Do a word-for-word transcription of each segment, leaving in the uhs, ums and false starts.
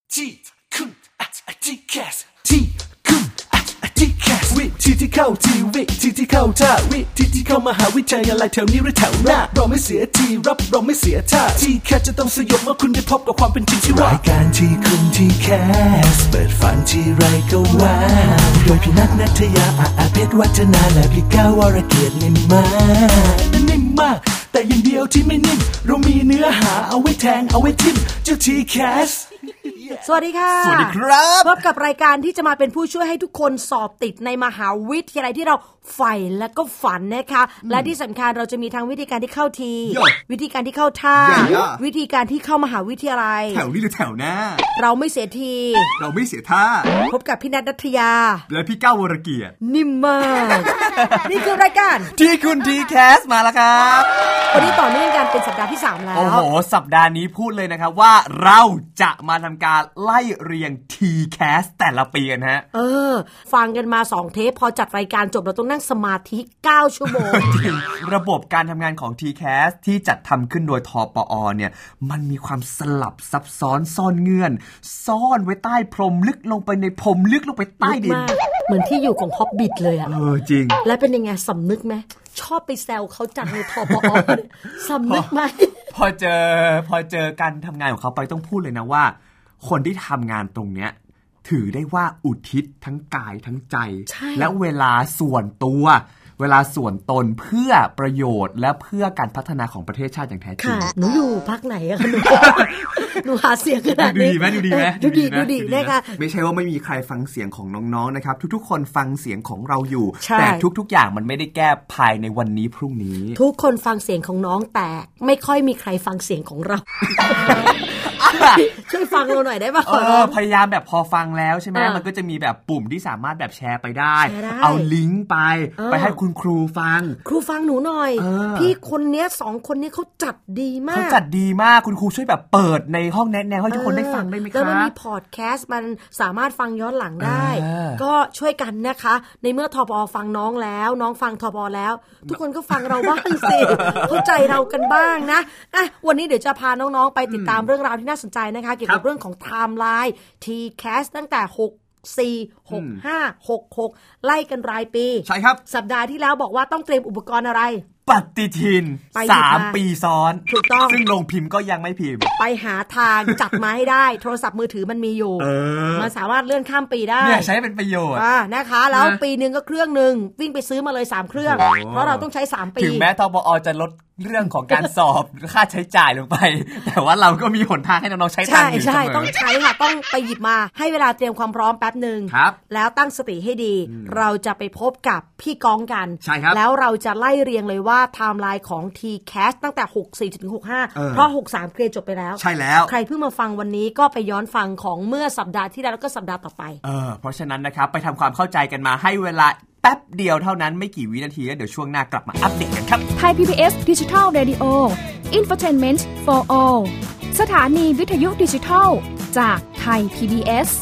ที่คุณอาจจะที่แคสที่คุณอาจจะที่แคสวิธีที่เข้าทีวิธีที่เข้าท่าวิธีที่เข้ามหาวิทยาลัยแถวนี้หรือแถวหน้าเราไม่เสียทีรับเราไม่เสียท่าที่แคสจะต้องสยบเมื่อคุณได้พบกับความเป็นจริงที่ว่ารายการที่คุณที่แคสเปิดฝันที่ไรก็ว้าวโดยพี่นัทนัทยาอาเพชรวัฒนาและพี่ก้าววรเกียรตินิ่มมากนิ่มมากแต่อย่างเดียวที่ไม่นิ่มเรามีเนื้อหาเอาไว้แทงเอาไว้ทิ่มเจ้าทีแคสสวัสดีค่ะสวัสดีครับพบกับรายการที่จะมาเป็นผู้ช่วยให้ทุกคนสอบติดในมหาวิทยาลัยที่เราใฝ่และก็ฝันนะคะและที่สำคัญเราจะมีทั้งวิธีการที่เข้าทีวิธีการที่เข้าท่าวิธีการที่เข้ามหาวิทยาลัยแถวนี้หรือแถวหน้าเราไม่เสียทีเราไม่เสียท่าพบกับพี่นัทนัทยาและพี่ก้าววรเกียรตินิ่มมากนี่คือรายการที่คุณทีแคสมาแล้วครับวันนี้ต่อเนื่องกันเป็นสัปดาห์ที่สามแล้วโอ้โหสัปดาห์นี้พูดเลยนะครับว่าเราจะมาทำการไล่เรียง ที แคส แต่ละปีกันฮะเออฟังกันมาสองเทปพอจัดรายการจบเราต้องนั่งสมาธิเก้าชั่วโมงระบบการทำงานของ ที แคส ที่จัดทำขึ้นโดยทปอเนี่ยมันมีความสลับซับซ้อนซ่อนเงื่อนซ่อนไว้ใต้พรมลึกลงไปในพรมลึกลงไปใต้ดินเหมือนที่อยู่ของฮอบบิทเลยอ่ะเออจริงและเป็นยังไงสำนึกไหมชอบไปแซวเขาจังในทปอสำนึกไหมพอเจอพอเจอการทำงานของเขาไปต้องพูดเลยนะว่าคนที่ทำงานตรงเนี้ยถือได้ว่าอุทิศทั้งกายทั้งใจและเวลาส่วนตัวเวลาส่วนตนเพื่อประโยชน์และเพื่อการพัฒนาของประเทศชาติอย่างแท้จริงค่ะหนูอยู่พรรคไหนอะหนูหนูหาเสียงขนาดนี้ดูดีไหมดูดีไหมดูดีดูดีนะคะไม่ใช่ว่าไม่มีใครฟังเสียงของน้องๆนะครับทุกๆคนฟังเสียงของเราอยู่แต่ทุกๆอย่างมันไม่ได้แก้ภายในวันนี้พรุ่งนี้ทุกคนฟังเสียงของน้องแต่ไม่ค่อยมีใครฟังเสียงของเราช่วยฟังเราหน่อยได้ป่ะเออพยายามแบบพอฟังแล้วใช่ไหมมันก็จะมีแบบปุ่มที่สามารถแบบแชร์ไปได้เอาลิงก์ไปไปให้คุณครูฟังครูฟังหนูหน่อยพี่คนเนี้ยสองคนนี้เขาจัดดีมากเขาจัดดีมากคุณครูช่วยแบบเปิดในห้องแนะแนวให้ทุกคนได้ฟังได้ไหมคะแล้วมันมีพอดแคสต์มันสามารถฟังย้อนหลังได้ก็ช่วยกันนะคะในเมื่อทปอฟังน้องแล้วน้องฟังทปอแล้วทุกคนก็ฟังเราบ้างสิเข้าใจเรากันบ้างนะอ่ะวันนี้เดี๋ยวจะพาน้องๆไปติดตามเรื่องราวที่น่าสนใจนะคะเกี่ยวกับเรื่องของไทม์ไลน์ ที แคส ตั้งแต่หก สี่ หก ห้า หก หกไล่กันรายปีใช่ครับสัปดาห์ที่แล้วบอกว่าต้องเตรียมอุปกรณ์อะไรปฏิทินสามปีซ้อนถูกต้องซึ่งลงพิมพ์ก็ยังไม่พิมพ์ไปหาทางจัดมาให้ได้โทรศัพท์มือถือมันมีอยู่มันสามารถเลื่อนข้ามปีได้เนี่ยใช้เป็นประโยชน์อ่านะคะแล้วปีนึงก็เครื่องนึงวิ่งไปซื้อมาเลยสามเครื่องเพราะเราต้องใช้สามปีถึงแม้ทปอจะลดเรื่องของการสอบค่าใช้จ่ายลงไปแต่ว่าเราก็มีหนทางให้น้องๆใช้ตังค์อยู่เสมอใช่ๆต้องใช้ค่ะต้องไปหยิบมาให้เวลาเตรียมความพร้อมแป๊บนึงแล้วตั้งสติให้ดีเราจะไปพบกับพี่ก้องกันแล้วเราจะไล่เรียงเลยว่าไทม์ไลน์ของ ที แคส ตั้งแต่หกสี่ถึงหกห้าเพราะหกสามเคลียร์จบไปแล้วใช่แล้วใครเพิ่งมาฟังวันนี้ก็ไปย้อนฟังของเมื่อสัปดาห์ที่แล้วแล้วก็สัปดาห์ต่อไปเออเพราะฉะนั้นนะครับไปทำความเข้าใจกันมาให้เวลาแป๊บเดียวเท่านั้นไม่กี่วินาทีแล้วเดี๋ยวช่วงหน้ากลับมาอัปเดตกันครับ Thai พี บี เอส Digital Radio Infotainment for All สถานีวิทยุดิจิทัลจาก Thai พี บี เอส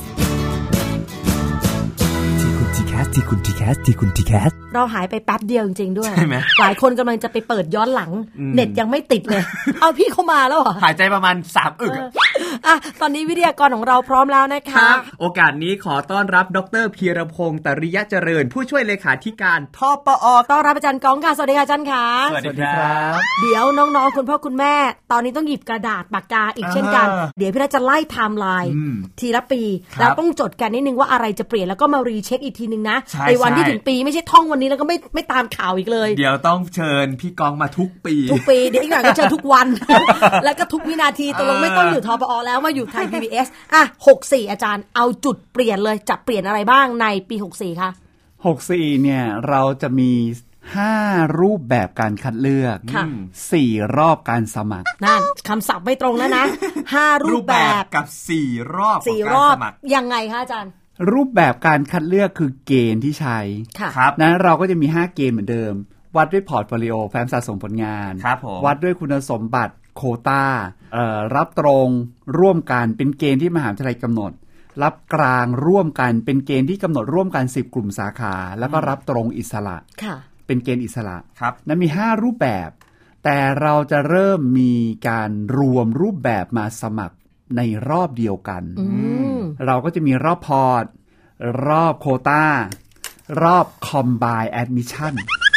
ที่คุณ ที แคส ที่คุณ ที แคสเราหายไปแป๊บเดียวจริงๆด้วยใช่ไหมหลายคนกำลังจะไปเปิดย้อนหลังเน็ตยังไม่ติดเลยเอาพี่เข้ามาแล้วเหรอหายใจประมาณสามอึกอ่ะตอนนี้วิทยากรของเราพร้อมแล้วนะคะโอกาสนี้ขอต้อนรับดร.พีรพงษ์ตริยะเจริญผู้ช่วยเลขาธิการทปอต้อนรับอาจารย์ก้องค่ะสวัสดีค่ะอาจารย์ค่ะสวัสดีครับเดี๋ยวน้องๆคุณพ่อคุณแม่ตอนนี้ต้องหยิบกระดาษปากกาอีกเช่นกันเดี๋ยวพี่นัทจะไล่ไทม์ไลน์ทีละปีแล้วต้องจดกันนิดนึงว่าอะไรจะเปลี่ยนแล้วก็มารีเช็คอีกทีนึงนะในวันที่ถึงปีไม่ใช่ท่องวันนี้แล้วก็ไม่ไม่ตามข่าวอีกเลยเดี๋ยวต้องเชิญพี่กองมาทุกปีทุกปีเดี๋ยวอีกอย่างก็เชิญทุกวัน แล้วก็ทุกวินาทีตกลงไม่ต้องอยู่ทปอแล้วมาอยู่ไทย พี บี เอส อ่ะหกสี่อาจารย์เอาจุดเปลี่ยนเลยจะเปลี่ยนอะไรบ้างในปีหกสี่คะหกสี่เนี่ยเราจะมีห้ารูปแบบการคัดเลือกสี่รอบการสมัครนั่นคำศัพท์ไม่ตรงแล้วนะห้ารูปแบบกับสี่รอบสี่รอบยังไงคะอาจารย์รูปแบบการคัดเลือกคือเกณฑ์ที่ใช้นะเราก็จะมีห้าเกณฑ์เหมือนเดิมวัดด้วยพอร์ตโฟลิโอแฟ้มสะสมผลงานวัดด้วยคุณสมบัติโควต้ารับตรงร่วมกันเป็นเกณฑ์ที่มหาวิทยาลัยกำหนดรับกลางร่วมกันเป็นเกณฑ์ที่กำหนดร่วมกันสิบกลุ่มสาขาแล้วก็รับตรงอิสระเป็นเกณฑ์อิสระนั้นมีห้ารูปแบบแต่เราจะเริ่มมีการรวมรูปแบบมาสมัครในรอบเดียวกันเราก็จะมีรอบพอร์ตรอบโควต้ารอบ Combine Admission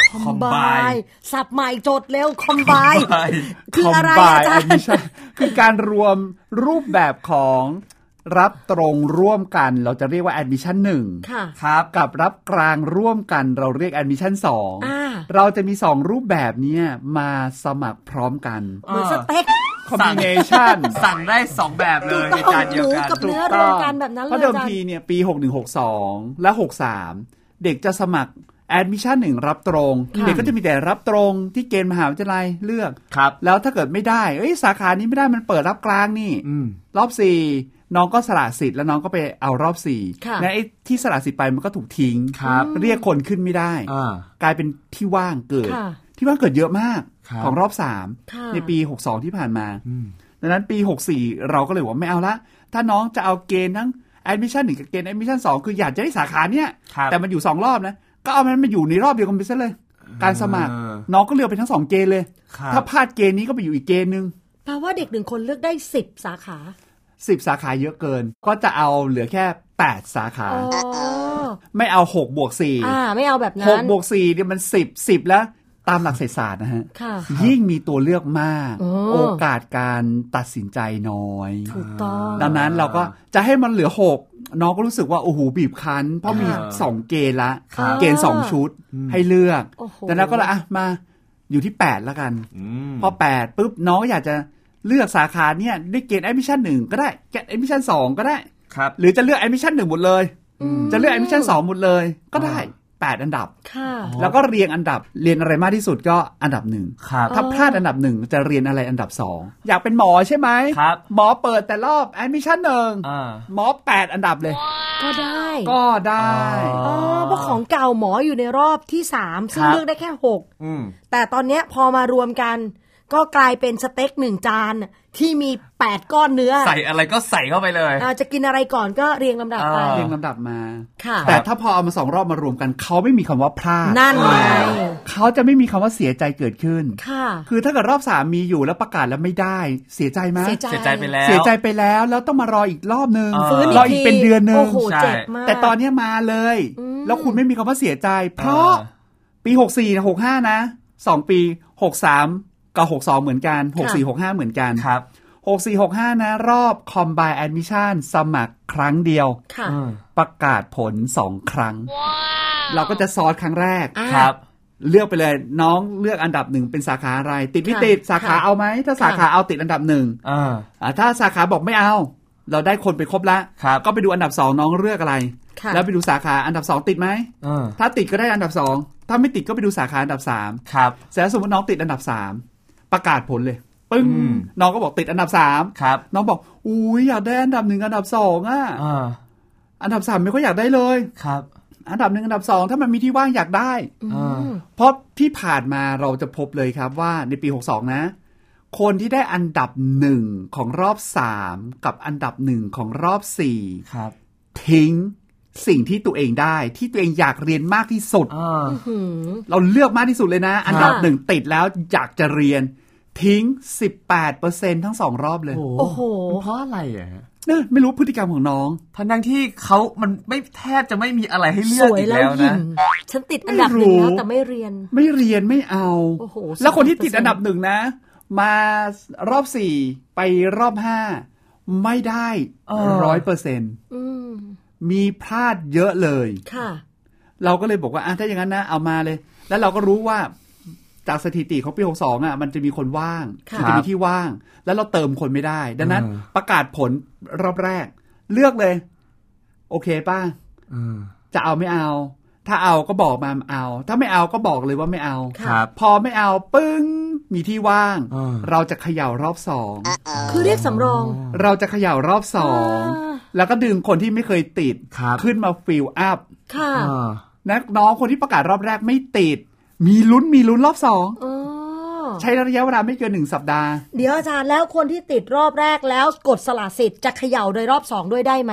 Combine สับใหม่จดเร็ว Combine คืออะไรอาจารย์คือการรวมรูปแบบของรับตรงร่วมกันเราจะเรียกว่า Admission หนึ่งครับกับรับกลางร่วมกันเราเรียก Admission สองเราจะมีสองรูปแบบนี้มาสมัครพร้อมกันเหมือนสเต็ก combination สั่งได้สองแบบเลยในจานเดียวกันกับเนื้อรวมกันแบบนั้นเลยเพราะเดิมทีเนี่ยปีหกสิบเอ็ด หกสิบสองและหกสิบสามเด็กจะสมัคร Admission หนึ่งรับตรงเด็กก็จะมีแต่รับตรงที่เกณฑ์มหาวิทยาลัยเลือกแล้วถ้าเกิดไม่ได้เอ้ยสาขานี้ไม่ได้มันเปิดรับกลางนี่รอบสี่น้องก็สละสิทธิ์แล้วน้องก็ไปเอารอบสี่และไอ้ที่สละสิทธิ์ไปมันก็ถูกทิ้งเรียกคนขึ้นไม่ได้กลายเป็นที่ว่างเกิดที่ว่างเกิดเยอะมากของรอบสามในปีหกสิบสองที่ผ่านมาดังนั้นปีหกสิบสี่เราก็เลยว่าไม่เอาละถ้าน้องจะเอาเกณฑ์ทั้ง Admission หนึ่งกับเกณฑ์ Admission สองคืออยากจะได้สาขาเนี้ยแต่มันอยู่สองรอบนะก็เอามันมาอยู่ในรอบเดียวกันไปซะเลยการสมัครน้องก็เลือกไปทั้งสองเกณฑ์เลยถ้าพลาดเกณฑ์นี้ก็ไปอยู่อีกเกณฑ์นึงแปลว่าเด็กหนึ่งคนเลือกได้สิบสาขาสิบสาขาเยอะเกินก็จะเอาเหลือแค่แปดสาขาไม่เอาหกบวกสี่อ่าไม่เอาแบบนั้นหกบวกสี่เนี่ยมันสิบ สิบแล้วตามหลักเศรษฐศาสตร์นะฮะยิ่งมีตัวเลือกมากโอกาสการตัดสินใจน้อยถูกต้องดังนั้นเราก็จะให้มันเหลือหกน้องก็รู้สึกว่าโอ้โหบีบคั้นเพราะมีสองเกณฑ์ละเกณฑ์สองชุดให้เลือกดังนั้นก็เลยอ่ะมาอยู่ที่แปดแล้วกันพอแปดปุ๊บน้องอยากจะเลือกสาขาเนี่ยได้เกณฑ์ Admission หนึ่งก็ได้เกณฑ์ Admission สองก็ได้หรือจะเลือก Admission หนึ่งหมดเลยจะเลือก Admission สองหมดเลยก็ได้แปดอันดับแล้วก็เรียงอันดับเรียนอะไรมากที่สุดก็อันดับหนึ่งถ้าพลาดอันดับหนึ่งจะเรียนอะไรอันดับสองอยากเป็นหมอใช่ไหมหมอเปิดแต่รอบ Admission หนึ่งหมอแปดอันดับเลยก็ได้ก็ได้อ๋อเพราะของเก่าหมออยู่ในรอบที่สามซึ่งเลือกได้แค่หกแต่ตอนนี้พอมารวมกันก็กลายเป็นสเต็กหนึ่งจานที่มีแปดก้อนเนื้อใส่อะไรก็ใส่เข้าไปเลยอ่าจะกินอะไรก่อนก็เรียงลำดับไปเรียงลำดับมาแต่ถ้าพอเอามาสองรอบมารวมกันเขาไม่มีคำว่าพลาดนั่นไงเขาจะไม่มีคำว่าเสียใจเกิดขึ้นค่ะคือถ้าเกิดรอบสามมีอยู่แล้วประกาศแล้วไม่ได้เสียใจไหมเสียใจไปแล้วเสียใจไปแล้วแล้วต้องมารออีกรอบนึงรออีกเป็นเดือนนึงแต่ตอนนี้มาเลยแล้วคุณไม่มีคำว่าเสียใจเพราะปีหกสิบสี่ หกสิบห้านะสองปีหกสิบสามกับหกสิบสองเหมือนกันหกสิบสี่ หกสิบห้าเหมือนกันครับหกสิบสี่ หกสิบห้านะรอบ Combine Admission สมัครครั้งเดียวประกาศผลสองครั้งเราก็จะซอสครั้งแรกครับเลือกไปเลยน้องเลือกอันดับหนึ่งเป็นสาขาอะไรติดไม่ติดสาขาเอาไหมถ้าสาขาเอาติดอันดับหนึ่งถ้าสาขาบอกไม่เอาเราได้คนไปครบแล้วก็ไปดูอันดับสองน้องเลือกอะไรแล้วไปดูสาขาอันดับสองติดไหมถ้าติดก็ได้อันดับสองถ้าไม่ติดก็ไปดูสาขาอันดับสามครับเสร็จแล้วสมมติน้องติดอันดับสามประกาศผลเลยปึ้งน้องก็บอกติดอันดับสามครับน้องบอกอุ้ยอยากได้อันดับหนึ่งอันดับสองอ่ะอันดับสามไม่ค่อยอยากได้เลยครับอันดับหนึ่งอันดับสองถ้ามันมีที่ว่างอยากได้เพราะที่ผ่านมาเราจะพบเลยครับว่าในปีหกสิบสองนะคนที่ได้อันดับหนึ่งของรอบสามกับอันดับหนึ่งของรอบสี่ครับทิ้งสิ่งที่ตัวเองได้ที่ตัวเองอยากเรียนมากที่สุดเราเลือกมากที่สุดเลยนะอันดับหนึ่งติดแล้วอยากจะเรียนทิ้ง สิบแปดเปอร์เซ็นต์ ทั้งสองรอบเลยโอ้โหเพราะอะไรอ่ะเนี่ยไม่รู้พฤติกรรมของน้องทั้งที่เขามันไม่แทบจะไม่มีอะไรให้เลือกอีกแล้วนะฉันติดอันดับหนึ่งแล้วแต่ไม่เรียนไม่เรียนไม่เอาแล้วคนที่ติดอันดับหนึ่งนะมารอบสี่ไปรอบห้าไม่ได้ร้อยเปอร์เซ็นต์มีพลาดเยอะเลยค่ะเราก็เลยบอกว่าอ่ะถ้าอย่างนั้นนะเอามาเลยแล้วเราก็รู้ว่าจากสถิติของปีหกสิบสองอ่ะมันจะมีคนว่างมันจะมีที่ว่างแล้วเราเติมคนไม่ได้ดังนั้นประกาศผลรอบแรกเลือกเลยโอเคป่ะจะเอาไม่เอาถ้าเอาก็บอกมาเอาถ้าไม่เอาก็บอกเลยว่าไม่เอาพอไม่เอาปึ้งมีที่ว่างเราจะเขย่ารอบสองคือเรียกสำรองเราจะเขย่ารอบสองแล้วก็ดึงคนที่ไม่เคยติดขึ้นมาฟิลอัพนะน้องคนที่ประกาศรอบแรกไม่ติดมีลุ้นมีลุ้นรอบสองใช้ระยะเวลาไม่เกินหนึ่งสัปดาห์เดี๋ยวอาจารย์แล้วคนที่ติดรอบแรกแล้วกดสละสิทธิ์จะเขย่าโดยรอบสองด้วยได้ไหม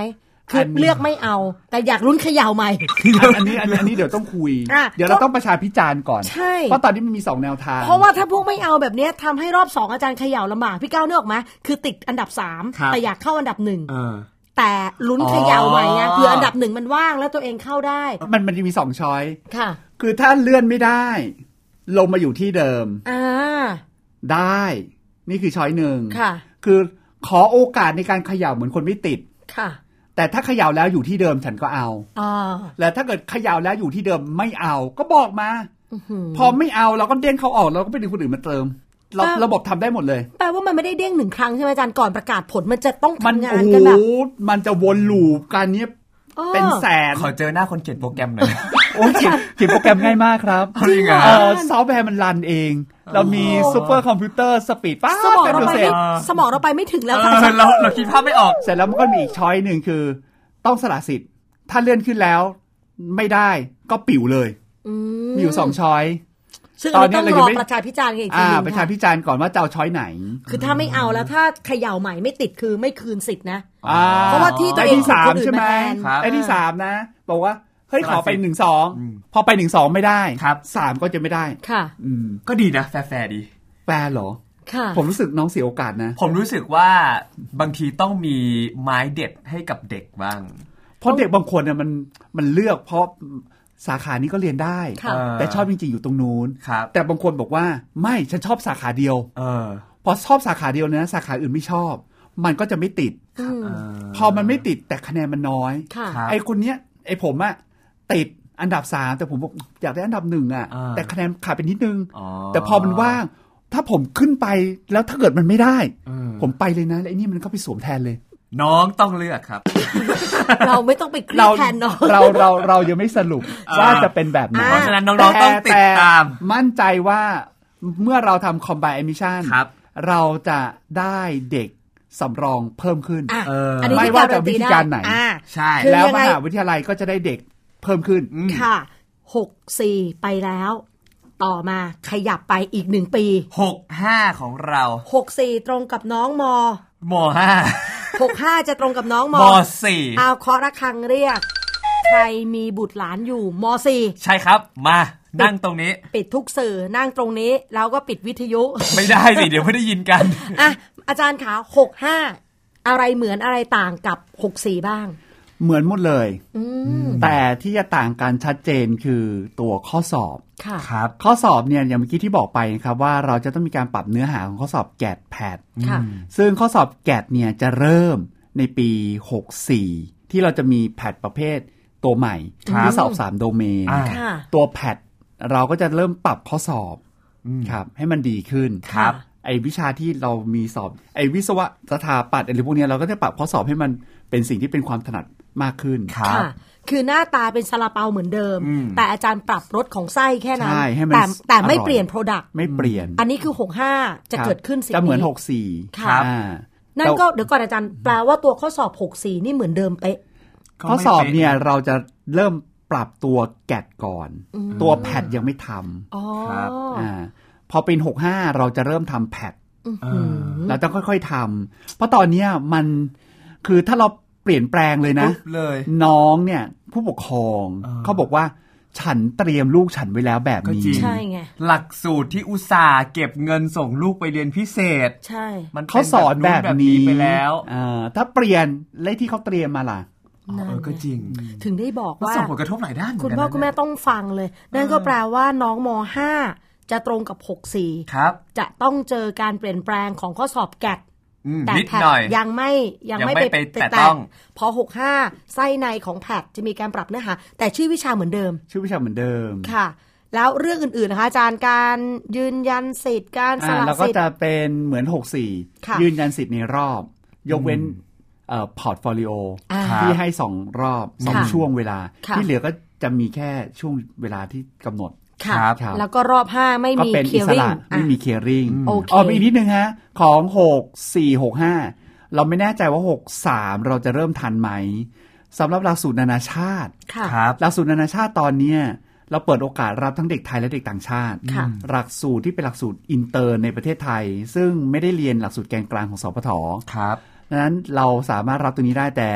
คือเลือกไม่เอาแต่อยากลุ้นเขย่าใหม่อันนี้อันนี้อันนี้เดี๋ยวต้องคุยเดี๋ยวเราต้องประชาพิจารณ์ก่อนเพราะตอนนี้มันมีสองแนวทางเพราะว่าถ้าพวกไม่เอาแบบนี้ทำให้รอบสองอาจารย์เขย่าลำบากพี่ก้าวนึกออกไหมคือติดอันดับสามแต่อยากเข้าอันดับหนึ่งแต่ลุ้นเขย่าใหม่ไงเผื่ออันดับหนึ่งมันว่างแล้วตัวเองเข้าได้มันมันจะมีสองช้อยค่ะคือถ้าเลื่อนไม่ได้ลงมาอยู่ที่เดิมอ่าได้นี่คือช้อยหนึ่งค่ะคือขอโอกาสในการเขย่าเหมือนคนไม่ติดค่ะแต่ถ้าเขย่าแล้วอยู่ที่เดิมฉันก็เอาอ่าแล้วถ้าเกิดเขย่าแล้วอยู่ที่เดิมไม่เอาก็บอกมาพอไม่เอาเราก็เด้งเขาออกเราก็ไปดึงคนอื่นมาเติมระบบทำได้หมดเลยแปลว่ามันไม่ได้เด้งหนึ่งครั้งใช่ไหมอาจารย์ก่อนประกาศผลมันจะต้องทำงานกันแบบมันจะวนลูปการนี้เป็นแสนขอเจอหน้าคนเขียนโปรแกรมหน่อยโอ้ยเขียนโปรแกรมง่ายมากครับจริงเหรอซอฟต์แวร์มันรันเองเรามีซูเปอร์คอมพิวเตอร์สปีดป้าสมองเราไปสมองเราไปไม่ถึงแล้วเราเราคิดภาพไม่ออกเสร็จแล้วมันก็มีอีกช้อยหนึ่งคือต้องสละสิทธิ์ถ้าเลื่อนขึ้นแล้วไม่ได้ก็ปิ๋วเลยมีอยู่สองช้อยซึ่งตอนนี้ต้องรอประชาพิจารณ์อีกทีนึงประชาพิจารณ์ก่อนว่าจะเอาช้อยไหนคือถ้าไม่เอาแล้วถ้าเขย่าใหม่ไม่ติดคือไม่คืนสิทธิ์นะเพราะว่าที่ตัวเองถูกคนอื่นมาแทนไอ้ที่สามนะบอกว่าเฮ้ยขอไปหนึ่งสองพอไปหนึ่งสองไม่ได้สามก็จะไม่ได้ค่ะก็ดีนะแฟร์ดีแฟร์เหรอผมรู้สึกน้องเสียโอกาสนะผมรู้สึกว่าบางทีต้องมีไม้เด็ดให้กับเด็กบ้างเพราะเด็กบางคนเนี่ยมันมันเลือกเพราะสาขานี้ก็เรียนได้แต่ชอบจริงๆอยู่ตรงนู้นแต่บางคนบอกว่าไม่ฉันชอบสาขาเดียวพอชอบสาขาเดียวนะสาขาอื่นไม่ชอบมันก็จะไม่ติดพอมันไม่ติดแต่คะแนนมันน้อยไอ้คนเนี้ยไอ้ผมอะติดอันดับสามแต่ผมบอกอยากได้อันดับหนึ่งอะแต่คะแนนขาดไปนิดนึงแต่พอมันว่างถ้าผมขึ้นไปแล้วถ้าเกิดมันไม่ได้ผมไปเลยนะไอ้นี่มันก็ไปสวมแทนเลยน้องต้องเลือกครับเราไม่ต้องไปเครียดแทนน้องเราเราเรายังไม่สรุปว่าจะเป็นแบบไหนเพราะฉะนั้นน้องๆต้องติดตามมั่นใจว่าเมื่อเราทำ Combined Admission เราจะได้เด็กสำรองเพิ่มขึ้นไม่ว่าจะวิธีการไหนใช่แล้วมหาวิทยาลัยก็จะได้เด็กเพิ่มขึ้นค่ะหกสี่ไปแล้วต่อมาขยับไปอีกหนึ่งปีหกห้าของเราหกสี่ตรงกับน้องมมห้าหกห้าจะตรงกับน้องมมสี่เอาเคาะระฆังเรียกใครมีบุตรหลานอยู่มสี่ใช่ครับมานั่งตรงนี้ปิดทุกสื่อนั่งตรงนี้แล้วก็ปิดวิทยุไม่ได้สิเดี๋ยวไม่ได้ยินกันอ่ะอาจารย์ขาหกห้าอะไรเหมือนอะไรต่างกับหกสี่บ้างเหมือนหมดเลยแต่ที่จะต่างกันชัดเจนคือตัวข้อสอบครับข้อสอบเนี่ยอย่างเมื่อกี้ที่บอกไปครับว่าเราจะต้องมีการปรับเนื้อหาของข้อสอบแกดแพดซึ่งข้อสอบแกดเนี่ยจะเริ่มในปีหกสี่ที่เราจะมีแพดประเภทตัวใหม่ที่สอบสามโดเมนตัวแพดเราก็จะเริ่มปรับข้อสอบครับให้มันดีขึ้นครับไอ้วิชาที่เรามีสอบไอ้วิศวะสถาปัตย์อะไรพวกนี้เราก็จะปรับข้อสอบให้มันเป็นสิ่งที่เป็นความถนัดมากขึ้นครับคือหน้าตาเป็นซาลาเปาเหมือนเดิมแต่อาจารย์ปรับรสของไส้แค่นั้นแต่แต่ไม่เปลี่ยน product ไม่เปลี่ยนอันนี้คือหกห้าจะเกิดขึ้นสิ่งนี้จะเหมือนหกสี่ครับนั่นก็เดี๋ยวก่อนอาจารย์แปลว่าตัวข้อสอบหกสี่นี่เหมือนเดิมเป๊ะข้อสอบเนี่ยเราจะเริ่มปรับตัวแกดก่อนตัวแพดยังไม่ทำครับอ่าพอเป็นหกห้าเราจะเริ่มทำแพดเราต้องค่อยๆทำเพราะตอนนี้มันคือถ้าเราเปลี่ยนแปลงเลยนะเลยน้องเนี่ยผู้ปกครองเขาบอกว่าฉันเตรียมลูกฉันไว้แล้วแบบนี้ใช่ไงหลักสูตรที่อุตส่าห์เก็บเงินส่งลูกไปเรียนพิเศษใช่มันเขาสอนแบบนี้ไปแล้วถ้าเปลี่ยนเลขที่เขาเตรียมมาล่ะเออก็จริงถึงได้บอกว่าส่งผลกระทบหลายด้านคุณพ่อคุณแม่ต้องฟังเลยนั่นก็แปลว่าน้องมห้าจะตรงกับหกสี่ครับจะต้องเจอการเปลี่ยนแปลงของข้อสอบแกดแต่แพทยังไม่ยังไม่ไปแต่ต้องพอหกห้าไส้ในของแพทจะมีการปรับเนื้อหาแต่ชื่อวิชาเหมือนเดิมชื่อวิชาเหมือนเดิมค่ะแล้วเรื่องอื่นๆนะคะอาจารย์การยืนยันสิทธิ์การสละสิทธิ์แล้วก็จะเป็นเหมือนหกสี่ยืนยันสิทธิ์ในรอบยกเว้นเอ่อพอร์ตโฟลิโอที่ให้สองรอบสองช่วงเวลาที่เหลือก็จะมีแค่ช่วงเวลาที่กำหนดครับแล้วก็รอบห้าไม่มีเคลียร์ริ่งไม่มีเคลียร์ริ่งอ๋ออีกนิดนึงฮะของหก สี่ หก ห้าเราไม่แน่ใจว่าหก สามเราจะเริ่มทันไหมสำหรับหลักสูตรนานาชาติครับหลักสูตรนานาชาติตอนนี้เราเปิดโอกาสรับทั้งเด็กไทยและเด็กต่างชาติหลักสูตรที่เป็นหลักสูตรอินเตอร์ในประเทศไทยซึ่งไม่ได้เรียนหลักสูตรแกนกลางของสปทครับดังนั้นเราสามารถรับตรงนี้ได้แต่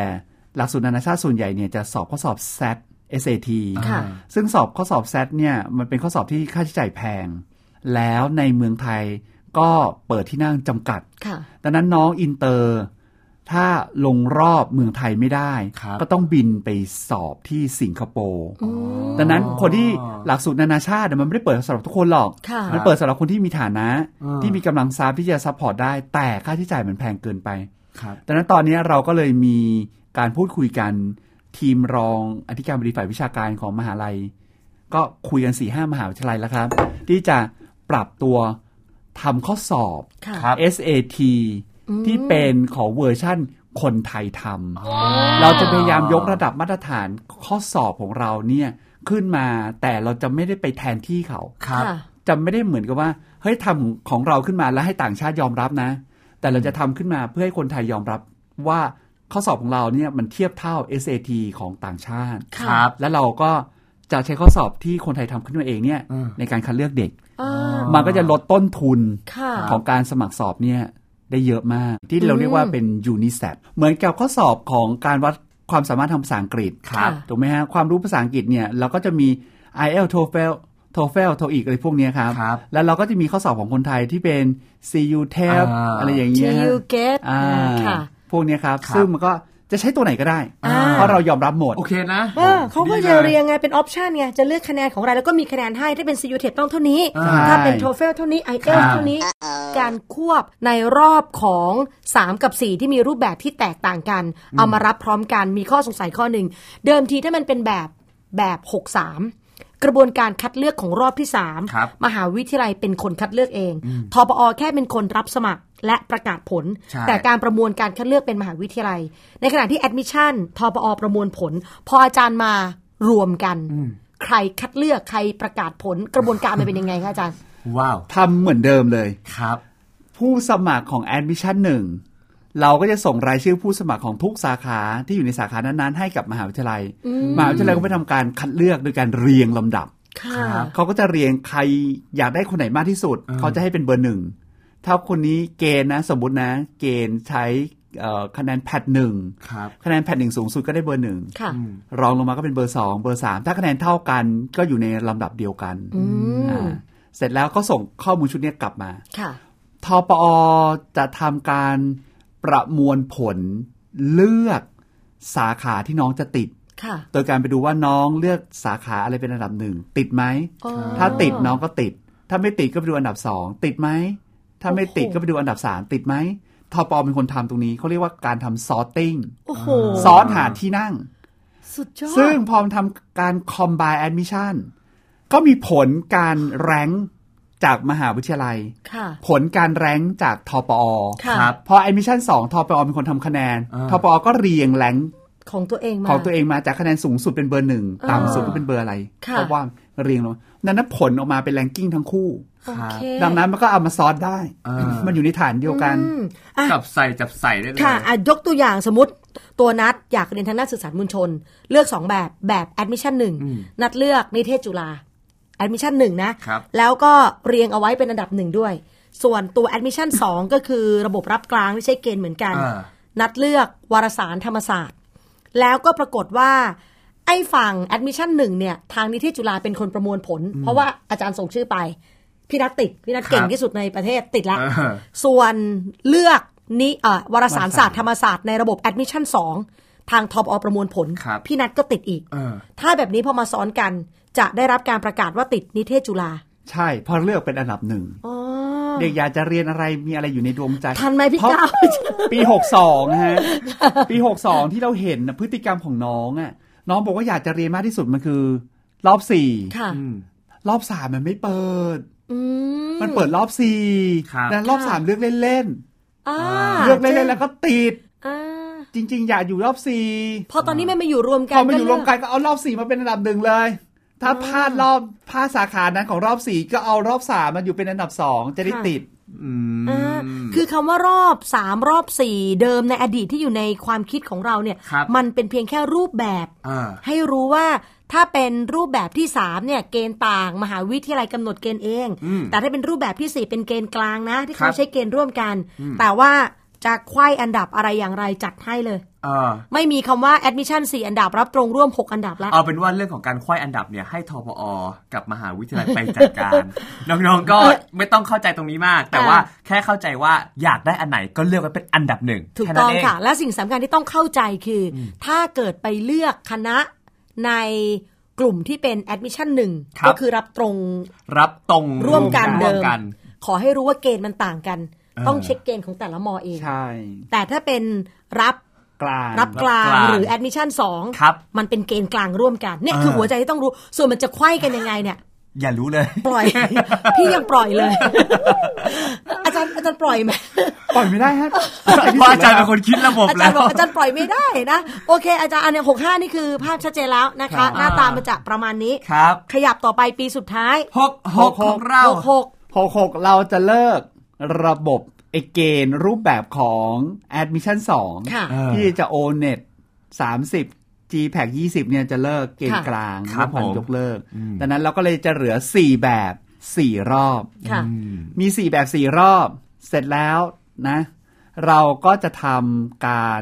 หลักสูตรนานาชาติส่วนใหญ่เนี่ยจะสอบข้อสอบ แซด เอส เอ ที ซึ่งสอบข้อสอบ แซด เนี่ยมันเป็นข้อสอบที่ค่าใช้จ่ายแพงแล้วในเมืองไทยก็เปิดที่นั่งจำกัดดังนั้นน้องอินเตอร์ถ้าลงรอบเมืองไทยไม่ได้ก็ต้องบินไปสอบที่สิงคโปร์ดังนั้นคนที่หลักสูตรนานาชาติมันไม่ได้เปิดสำหรับทุกคนหรอกมันเปิดสำหรับคนที่มีฐานะที่มีกำลังทรัพย์ที่จะซัพพอร์ตได้แต่ค่าใช้จ่ายมันแพงเกินไปดังนั้นตอนนี้เราก็เลยมีการพูดคุยกันทีมรองอธิการบดีฝ่ายวิชาการของมหาลัยก็คุยกัน สี่ห้า มหาวิทยาลัยแล้วครับที่จะปรับตัวทำข้อสอบ เอส เอ ที ที่เป็นของเวอร์ชั่นคนไทยทำเราจะพยายามยกระดับมาตรฐานข้อสอบของเราเนี่ยขึ้นมาแต่เราจะไม่ได้ไปแทนที่เขาจะไม่ได้เหมือนกับว่าเฮ้ยทำของเราขึ้นมาแล้วให้ต่างชาติยอมรับนะแต่เราจะทำขึ้นมาเพื่อให้คนไทยยอมรับว่าข้อสอบของเราเนี่ยมันเทียบเท่า เอส เอ ที ของต่างชาติแล้วเราก็จะใช้ข้อสอบที่คนไทยทำขึ้นมาเองเนี่ยในการคัดเลือกเด็กมันก็จะลดต้นทุนของการสมัครสอบเนี่ยได้เยอะมากที่เราเรียกว่าเป็น ยูนิแซป เหมือนกับข้อสอบของการวัดความสามารถทางภาษาอังกฤษถูกไหมฮะความรู้ภาษาอังกฤษเนี่ยเราก็จะมี ไอ เอล ที โอ เอฟ แอล โทเฟล โทอีกอะไรพวกนี้ครับแล้วเราก็จะมีข้อสอบของคนไทยที่เป็น ซี ยู ที อี อะไรอย่างเงี้ยซี ยู จี เอค่ะพวกนี้ครับซึ่งมันก็จะใช้ตัวไหนก็ได้เพราะเรายอมรับหมดโอเคนะเขาก็จะเรียงไงเป็นออปชันไงจะเลือกคะแนนของอะไรแล้วก็มีคะแนนให้ถ้าเป็น ซี ยู ที อี ต้องเท่านี้ถ้าเป็น โทเฟล เท่านี้ ไอ เอล เท่านี้การควบในรอบของสามกับสี่ที่มีรูปแบบที่แตกต่างกันเอามารับพร้อมกันมีข้อสงสัยข้อหนึ่งเดิมทีถ้ามันเป็นแบบแบบหกสิบสามกระบวนการคัดเลือกของรอบที่สามมหาวิทยาลัยเป็นคนคัดเลือกเองทปอแค่เป็นคนรับสมัครและประกาศผลแต่การประมวลการคัดเลือกเป็นมหาวิทยาลัยในขณะที่ admission ทปอประมวลผลพออาจารย์มารวมกันใครคัดเลือกใครประกาศผลกระบวนการมันเป็นยังไงคะอาจารย์ว้าวทำเหมือนเดิมเลยครับผู้สมัครของ admission หนึ่งเราก็จะส่งรายชื่อผู้สมัครของทุกสาขาที่อยู่ในสาขานั้นๆให้กับมหาวิทยาลัยมหาวิทยาลัยก็ไปทำการคัดเลือกโดยการเรียงลำดับเขาก็จะเรียงใครอยากได้คนไหนมากที่สุดเขาจะให้เป็นเบอร์หนึ่งถ้าคนนี้เกณฑ์นะสมมุตินะเกณฑ์ใช้คะแนนแพทหนึ่งคะแนนแพทหนึ่งสูงสุดก็ได้เบอร์หนึ่งรองลงมาก็เป็นเบอร์สองเบอร์สามถ้าคะแนนเท่ากันก็อยู่ในลำดับเดียวกันเสร็จแล้วก็ส่งข้อมูลชุดนี้กลับมาทปอจะทำการประมวลผลเลือกสาขาที่น้องจะติดโดยการไปดูว่าน้องเลือกสาขาอะไรเป็นอันดับหนึ่งติดไหมถ้าติดน้องก็ติดถ้าไม่ติดก็ไปดูอันดับสองติดไหมถ้าไม่ติดก็ไปดูอันดับสามติดไหมทปอเป็นคนทำตรงนี้เขาเรียกว่าการทำซอร์ติ้งซอร์ตหาที่นั่งสุดยอดซึ่งพอทำการ combine admission ก็มีผลการแรงค์จากมหาวิทยาลัยผลการแรงค์จากทปอพอ admission สองทปอเป็นคนทำคะแนนทปอก็เรียงแรงค์ของตัวเองมาของตัวเองมาจากคะแนนสูงสุดเป็นเบอร์หนึ่งต่ำสุดก็เป็นเบอร์อะไรเพราะว่าเรียงลงนั้นผลออกมาเป็นแรงกิ้งทั้งคู่ดังนั้นมันก็เอามาซอสได้มันอยู่ในฐานเดียวกันจับใส่จับใส่ได้เลยค่ะยกตัวอย่างสมมติตัวนัดอยากเรียนทางด้านสื่อสารมวลชนเลือกสองแบบแบบ admission หนึ่งนัดเลือกนิเทศจุฬา admission หนึ่งนะแล้วก็เรียงเอาไว้เป็นอันดับหนึ่งด้วยส่วนตัว admission สองก็คือระบบรับกลางที่ใช้เกณฑ์เหมือนกันนัดเลือกวารสารธรรมศาสตร์แล้วก็ปรากฏว่าไอ้ฝั่ง admission หนึ่งเนี่ยทางนิเทศจุฬาเป็นคนประมวลผลเพราะว่าอาจารย์ส่งชื่อไปพี่นัทติดพี่นัทเก่งที่สุดในประเทศติดแล้วส่วนเลือกนี้เอ่อวารสารศาสตร์ธรรมศาสตร์ในระบบ admission สองทางทปอประมวลผลพี่นัทก็ติดอีกถ้าแบบนี้พอมาซ้อนกันจะได้รับการประกาศว่าติดนิเทศจุฬาใช่พอเลือกเป็นอันดับหนึ่งเด็กอยากจะเรียนอะไรมีอะไรอยู่ในดวงใจทันไหมพี่ก้าวปีหกสิบสองฮะปีหกสิบสองที่เราเห็นพฤติกรรมของน้องอ่ะน้องบอกว่าอยากจะเรียนมากที่สุดมันคือรอบสี่รอบสามมันไม่เปิดมันเปิดรอบสี่แล้วรอบสามเลือกเล่นๆเลือกเล่นๆแล้วก็ติดจริงๆอยากอยู่รอบสี่พอตอนนี้ไม่มาอยู่รวมกันพอมาอยู่รวมกันก็เอารอบสี่มาเป็นอันดับหนึ่งเลยถ้าพลาดรอบพลาดสาขานั้นของรอบสี่ก็เอารอบสามมาอยู่เป็นอันดับสองจะได้ติดคือคำว่ารอบสามรอบสี่เดิมในอดีตที่อยู่ในความคิดของเราเนี่ยมันเป็นเพียงแค่รูปแบบให้รู้ว่าถ้าเป็นรูปแบบที่สามเนี่ยเกณฑ์ต่างมหาวิทยาลัยกำหนดเกณฑ์เองแต่ถ้าเป็นรูปแบบที่สี่เป็นเกณฑ์กลางนะที่เขาใช้เกณฑ์ร่วมกันแต่ว่าจะไขว้อันดับอะไรอย่างไรจัดให้เลยไม่มีคำว่า admission สี่อันดับรับตรงร่วมหกอันดับแล้วเอาเป็นว่าเรื่องของการไขว้อันดับเนี่ยให้ทปอกับมหาวิทยาลัยไปจัดการ น้องๆก็ไม่ต้องเข้าใจตรงนี้มากแต่ว่าแค่เข้าใจว่าอยากได้อันไหนก็เลือกไว้เป็นอันดับหนึ่งถูกต้องค่ะและสิ่งสำคัญที่ต้องเข้าใจคือถ้าเกิดไปเลือกคณะในกลุ่มที่เป็น admission หนึ่งก็คือรับตรงรับตรงร่วมกันเดิมขอให้รู้ว่าเกณฑ์มันต่างกันต้องเช็คเกณฑ์ของแต่ละมอเองใช่แต่ถ้าเป็นรับกลางรับกลางหรือ admission สองมันเป็นเกณฑ์กลางร่วมกันเนี่ยคือหัวใจที่ต้องรู้ส่วนมันจะไขว้กันยังไงเนี่ยอย่ารู้เลยปล่อยพี่ยังปล่อยเลยอาจารย์อาจารย์ปล่อยไหมปล่อยไม่ได้ฮะเพราะอาจารย์เป็นคนคิดระบบแล้วอาจารย์บอกอาจารย์ปล่อยไม่ได้นะโอเคอาจารย์อันเนี้ยหกสิบห้านี่คือภาพชัดเจนแล้วนะคะหน้าตามันจะประมาณนี้ครับขยับต่อไปปีสุดท้ายหก หกของเราหก หกหก หกเราจะเลิกระบบไอเกณฑ์รูปแบบของ admission สองที่จะ โอ เน็ต สามสิบ จี แพค ยี่สิบเนี่ยจะเลิกเกณฑ์กลางแล้วผ่านยกเลิกดังนั้นเราก็เลยจะเหลือสี่แบบสี่รอบมีสี่แบบสี่รอบเสร็จแล้วนะเราก็จะทำการ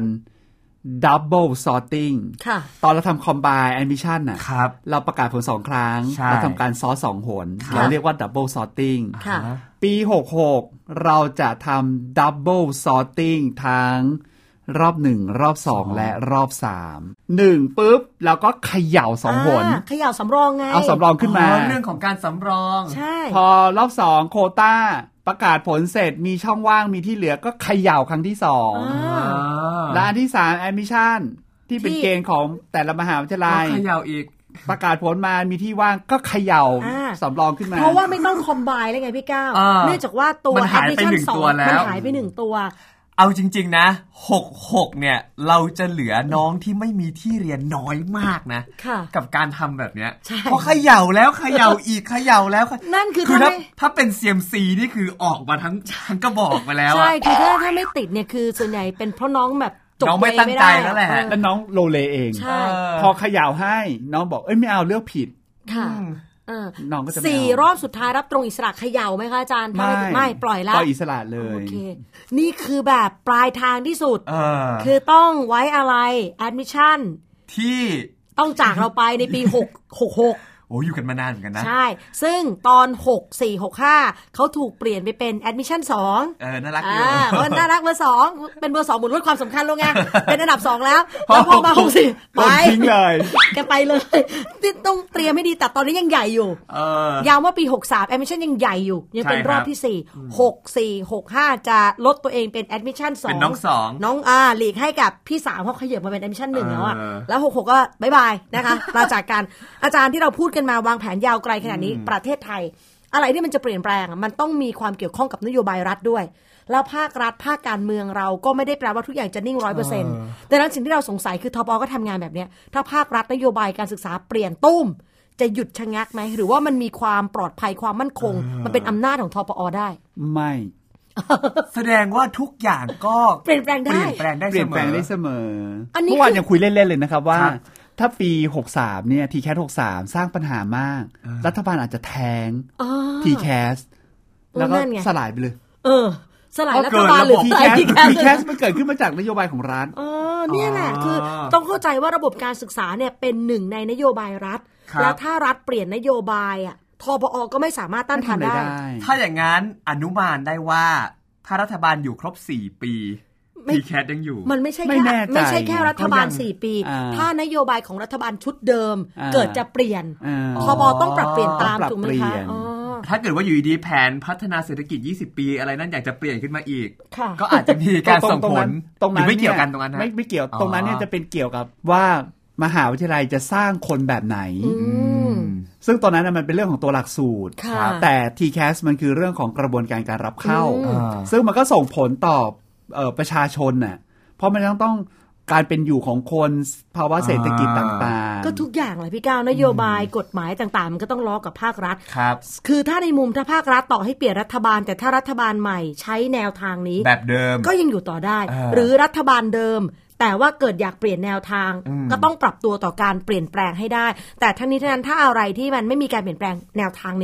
double sorting ตอนเราทำ combine admission น่ะเราประกาศผลสองครั้งเราทำการซอสสองหนเราเรียกว่า double sorting ปีหกสิบหกเราจะทำ double sorting ทั้งรอบหนึ่งรอบสองและรอบสามหนึ่งปุ๊บแล้วก็เขย่าสองหนเขย่าสำรองไงเอาสำรองขึ้นมาเรื่องของการสำรองใช่พอรอบสองโควต้าประกาศผลเสร็จมีช่องว่างมีที่เหลือก็เขย่าครั้งที่สองและอันที่สาม admission ที่เป็นเกณฑ์ของแต่ละมหาวิทยาลัยก็เขย่าอีกประกาศผลมามีที่ว่างก็เขย่าสำรองขึ้นมาเพราะว่าไม่ต้องคอมไบน์แล้วไงพี่ก้าวเนื่องจากว่าตัว admission สองมันหายไปหนึ่งตัวเอาจริงๆนะหก หกเนี่ยเราจะเหลือน้องที่ไม่มีที่เรียนน้อยมากนะกับการทำแบบเนี้ยเพราะเขย่าแล้วเขย่าอีกเขย่าแล้วนั่นคือถ้าถ้าเป็น ซี เอ็ม ซี นี่คือออกมาทั้งทั้งกระบอกมาแล้วใช่คือถ้าถ้าไม่ติดเนี่ยคือส่วนใหญ่เป็นเพราะน้องแบบน้องไม่ตั้งใจแล้วแหละแล้วน้องโลเลเองพอเขย่าให้น้องบอกเอ้ยไม่เอาเลือกผิดค่ะน้องก็จะสี่รอบสุดท้ายรับตรงอิสระเขย่าไหมคะอาจารย์ไม่ไม่ปล่อยแล้วปล่อยอิสระเลยโอเคนี่คือแบบปลายทางที่สุดคือต้องไว้อะไร admission ที่ต้องจากเราไปในปีหก หก หกโอ้อยู่กันมานานเหมือนกันนะใช่ซึ่งตอนหก สี่ หก ห้าเขาถูกเปลี่ยนไปเป็น admission สองเออน่ารักอยู่อ่าเพราะน่ารักเบอร์สองเป็นเบอร์สองหมุนลดความสำคัญลงไงเป็นอันดับสองแล้วแล้วพอมาหก สี่ไปทิ้งเลยแกไปเลยต้องเตรียมให้ดีแต่ตอนนี้ยังใหญ่อยู่เออย้ำว่าปีหกสาม admission ยังใหญ่อยู่ยังเป็นรอบที่สี่ หก สี่ หก ห้าจะลดตัวเองเป็น admission สองเป็นน้องสองน้องอ่าหลีกให้กับพี่สามเขาขยับมาเป็น admission หนึ่งแล้วอ่ะแล้วหก หกก็บ๊ายบายนะคะลาจากกันอาจารย์ที่เราพูดกันมาวางแผนยาวไกลขนาดนี้ประเทศไทยอะไรที่มันจะเปลี่ยนแปลงมันต้องมีความเกี่ยวข้องกับนโยบายรัฐด้วยแล้วภาครัฐภาคการเมืองเราก็ไม่ได้แปลว่าทุกอย่างจะนิ่ง ร้อยเปอร์เซ็นต์ ดังนั้นสิ่งที่เราสงสัยคือทป.ก็ทำงานแบบนี้ถ้าภาครัฐนโยบายการศึกษาเปลี่ยนตุ้มจะหยุดชะงักไหมหรือว่ามันมีความปลอดภัยความมั่นคงมันเป็นอำนาจของทปอได้ไม่แสดงว่าทุกอย่างก็เปลี่ยนแปลงได้เปลี่ยนแปลงได้เสมอเปลี่ยนแปลงได้เสมอเมื่อวานยังคุยเล่นๆเลยนะครับว่าถ้าปีหกสิบสามเนี่ย ที แคส หกสิบสามสร้างปัญหามากรัฐบาลอาจจะแทง ที แคส แล้วก็สลายไปเลยเออสลายรัฐบาลหรือที แคส มันเกิดขึ้นมาจากนโยบายของรัฐอ๋อเนี่ยแหละคือต้องเข้าใจว่าระบบการศึกษาเนี่ยเป็นหนึ่งในนโยบายรัฐแล้วถ้ารัฐเปลี่ยนนโยบายอ่ะทปอก็ไม่สามารถต้านทานได้ถ้าอย่างนั้นอนุมานได้ว่าถ้ารัฐบาลอยู่ครบสี่ปีที แคส ยังอยู่มันไม่ใช่แค่ไม่ใช่แค่รัฐบาลสี่ปีถ้านโยบายของรัฐบาลชุดเดิมเกิดจะเปลี่ยนทบต้องปรับเปลี่ยนตามถูกไหมคะถ้าเกิดว่าอยู่ดีแผนพัฒนาเศรษฐกิจยี่สิบปีอะไรนั้นอยากจะเปลี่ยนขึ้นมาอีกก็อาจจะมีการส่งผลตรงนั้นไม่เกี่ยวกันตรงนั้นไม่ไม่เกี่ยวตรงนั้นเนี่ยจะเป็นเกี่ยวกับว่ามหาวิทยาลัยจะสร้างคนแบบไหนซึ่งตอนนั้นมันเป็นเรื่องของตัวหลักสูตรแต่ ที แคส มันคือเรื่องของกระบวนการการรับเข้าซึ่งมันก็ส่งผลต่อประชาชนน่ะเพราะมันต้องต้องการเป็นอยู่ของคนภาวะเศรษฐกิจต่างๆก็ทุกอย่างเลยพี่ก้าวนโยบายกฎหมายต่างๆมันก็ต้องล้อกับภาครัฐครับคือถ้าในมุมถ้าภาครัฐต่อให้เปลี่ยนรัฐบาลแต่ถ้ารัฐบาลใหม่ใช้แนวทางนี้แบบเดิมก็ยังอยู่ต่อได้หรือรัฐบาลเดิมแต่ว่าเกิดอยากเปลี่ยนแนวทางก็ต้องปรับตัวต่อการเปลี่ยนแปลงให้ได้แต่ทั้งนี้ทั้งนั้นถ้าอะไรที่มันไม่มีการเปลี่ยนแปลงแนวทางนี้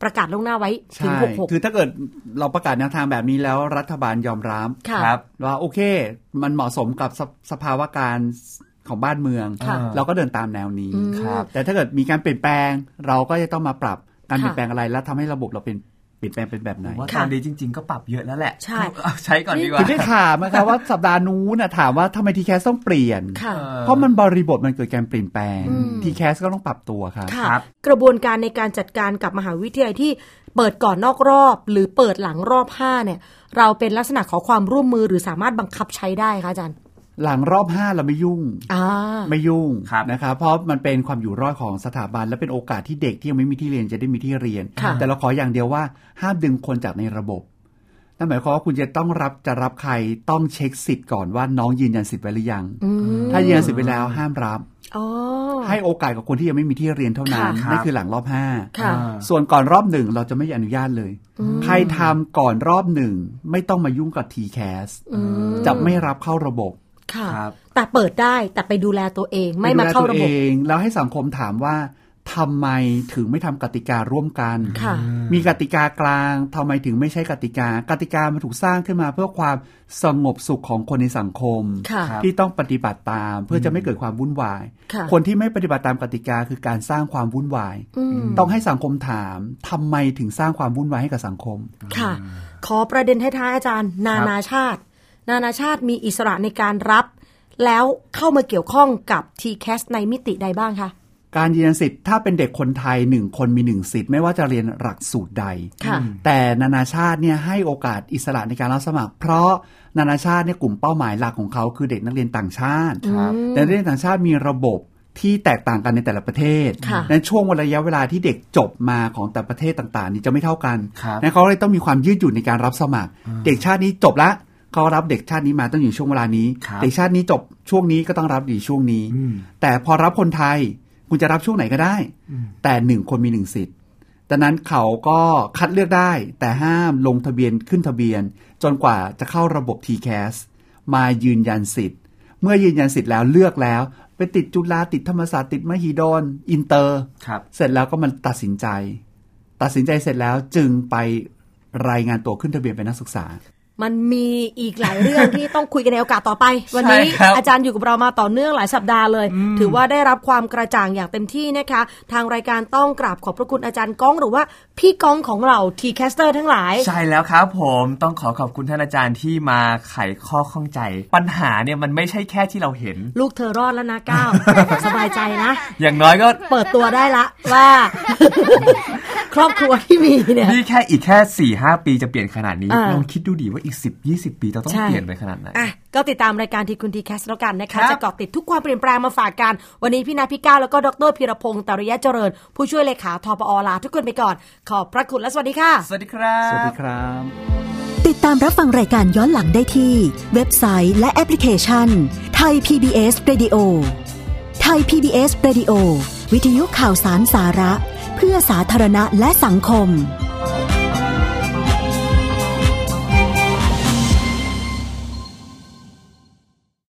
ประกาศล่วงหน้าไว้ถึงหกสิบหกคือถ้าเกิดเราประกาศแนวทางแบบนี้แล้วรัฐบาลยอมรับว่าโอเคมันเหมาะสมกับสภาวะการของบ้านเมืองเราก็เดินตามแนวนี้แต่ถ้าเกิดมีการเปลี่ยนแปลงเราก็จะต้องมาปรับการเปลี่ยนแปลงอะไรแล้วทำให้ระบบเราเป็นเปลี่ยนแปลงเป็นแบบไหนว่าตอนนี้จริงๆก็ปรับเยอะแล้วแหละใช่ใช้ก่อนดีกว่าคือได้ถามนะครับว่าสัปดาห์นู้นถามว่าทำไม ที แคส ต้องเปลี่ยนเพราะมันบริบทมันเกิดการเปลี่ยนแปลง ที แคส ก็ต้องปรับตัวครับกระบวนการในการจัดการกับมหาวิทยาลัยที่เปิดก่อนนอกรอบหรือเปิดหลังรอบห้าเนี่ยเราเป็นลักษณะขอความร่วมมือหรือสามารถบังคับใช้ได้คะอาจารย์หลังรอบห้าเราไม่ยุ่งไม่ยุ่งนะครับเพราะมันเป็นความอยู่รอดของสถาบันและเป็นโอกาสที่เด็กที่ยังไม่มีที่เรียนจะได้มีที่เรียนแต่เราขออย่างเดียวว่าห้ามดึงคนจากในระบบนั่นหมายความว่าคุณจะต้องรับจะรับใครต้องเช็คสิทธิ์ก่อนว่าน้องยืนยันสิทธิ์ไว้หรือยังถ้ายืนยันสิทธิ์ไปแล้วห้ามรับให้โอกาสกับคนที่ยังไม่มีที่เรียนเท่านั้นนั่นคือหลังรอบห้าส่วนก่อนรอบหนึ่งเราจะไม่อนุญาตเลยใครทำก่อนรอบหนึ่งไม่ต้องมายุ่งกับ ที แคส จะไม่รับเข้าระบบแต่เปิดได้แต่ไปดูแลตัวเองไม่มาเข้าระบบเองแล้วให้สังคมถามว่าทำไมถึงไม่ทำกติการ่วมกันมีกติกากลางทำไมถึงไม่ใช่กติกากติกามันถูกสร้างขึ้นมาเพื่อความสงบสุขของคนในสังคมที่ต้องปฏิบัติตามเพื่อจะไม่เกิดความวุ่นวายคนที่ไม่ปฏิบัติตามกติกาคือการสร้างความวุ่นวายต้องให้สังคมถามทำไมถึงสร้างความวุ่นวายให้กับสังคมค่ะขอประเด็นท้ายๆอาจารย์นานาชาตินานาชาติมีอิสระในการรับแล้วเข้ามาเกี่ยวข้องกับ ที แคส ในมิติใดบ้างคะการยืนยันสิทธิ์ถ้าเป็นเด็กคนไทยหนึ่งคนมีหนึ่งสิทธิ์ไม่ว่าจะเรียนหลักสูตรใดแต่นานาชาติเนี่ยให้โอกาสอิสระในการรับสมัครเพราะนานาชาติเนี่ยกลุ่มเป้าหมายหลักของเขาคือเด็กนักเรียนต่างชาติแต่นักเรียนต่างชาติมีระบบที่แตกต่างกันในแต่ละประเทศในช่วงระยะเวลาที่เด็กจบมาของแต่ประเทศต่างๆนี่จะไม่เท่ากันและเขาเลยต้องมีความยืดหยุ่นในการรับสมัครเด็กชาตินี้จบละเขารับเด็กชาตินี้มาต้องอยู่ช่วงเวลานี้เด็กชาตินี้จบช่วงนี้ก็ต้องรับอยู่ช่วงนี้แต่พอรับคนไทยคุณจะรับช่วงไหนก็ได้แต่หนึ่งคนมีหนึ่งสิทธิ์ดังนั้นเขาก็คัดเลือกได้แต่ห้ามลงทะเบียนขึ้นทะเบียนจนกว่าจะเข้าระบบ ที แคส มายืนยันสิทธิ์เมื่อยืนยันสิทธิ์แล้วเลือกแล้วไปติดจุฬาติดธรรมศาสตร์ติดมหิดลอินเตอร์เสร็จแล้วก็มันตัดสินใจตัดสินใจเสร็จแล้วจึงไปรายงานตัวขึ้นทะเบียนเป็นนักศึกษามันมีอีกหลายเรื่องที่ต้องคุยกันในโอกาสต่อไปวันนี้อาจารย์อยู่กับเรามาต่อเนื่องหลายสัปดาห์เลยถือว่าได้รับความกระจ่างอย่างเต็มที่นะคะทางรายการต้องกราบขอบพระคุณอาจารย์ก้องหรือว่าพี่ก้องของเรา ที แคสเตอร์ ทั้งหลายใช่แล้วครับผมต้องขอขอบคุณท่านอาจารย์ที่มาไขข้อข้องใจปัญหาเนี่ยมันไม่ใช่แค่ที่เราเห็นลูกเธอรอดแล้วนะก้าวสบายใจนะอย่างน้อยก็เปิดตัวได้ละว่าครอบครัวที่มีเนี่ยนี่แค่อีกแค่ สี่ห้า ปีจะเปลี่ยนขนาดนี้ลองคิดดูดิว่าอีกสิบ ยี่สิบ ปีเราต้องเปลี่ยนไปขนาดไหนอ่ะก็ติดตามรายการที่คุณ ที แคส แล้วกันนะคะจะเกาะติดทุกความเปลี่ยนแปลงมาฝากกันวันนี้พี่นาพี่ก้าวแล้วก็ดร.พีรพงษ์ตริยะเจริญผู้ช่วยเลขาทปอ.ลาทุกคนไปก่อนขอบพระคุณและสวัสดีค่ะสวัสดีครับสวัสดีครับติดตามรับฟังรายการย้อนหลังได้ที่เว็บไซต์และแอปพลิเคชัน Thai พี บี เอส Radio Thai พี บี เอส Radio วิทยุข่าวสารสาระเพื่อสาธารณะและสังคม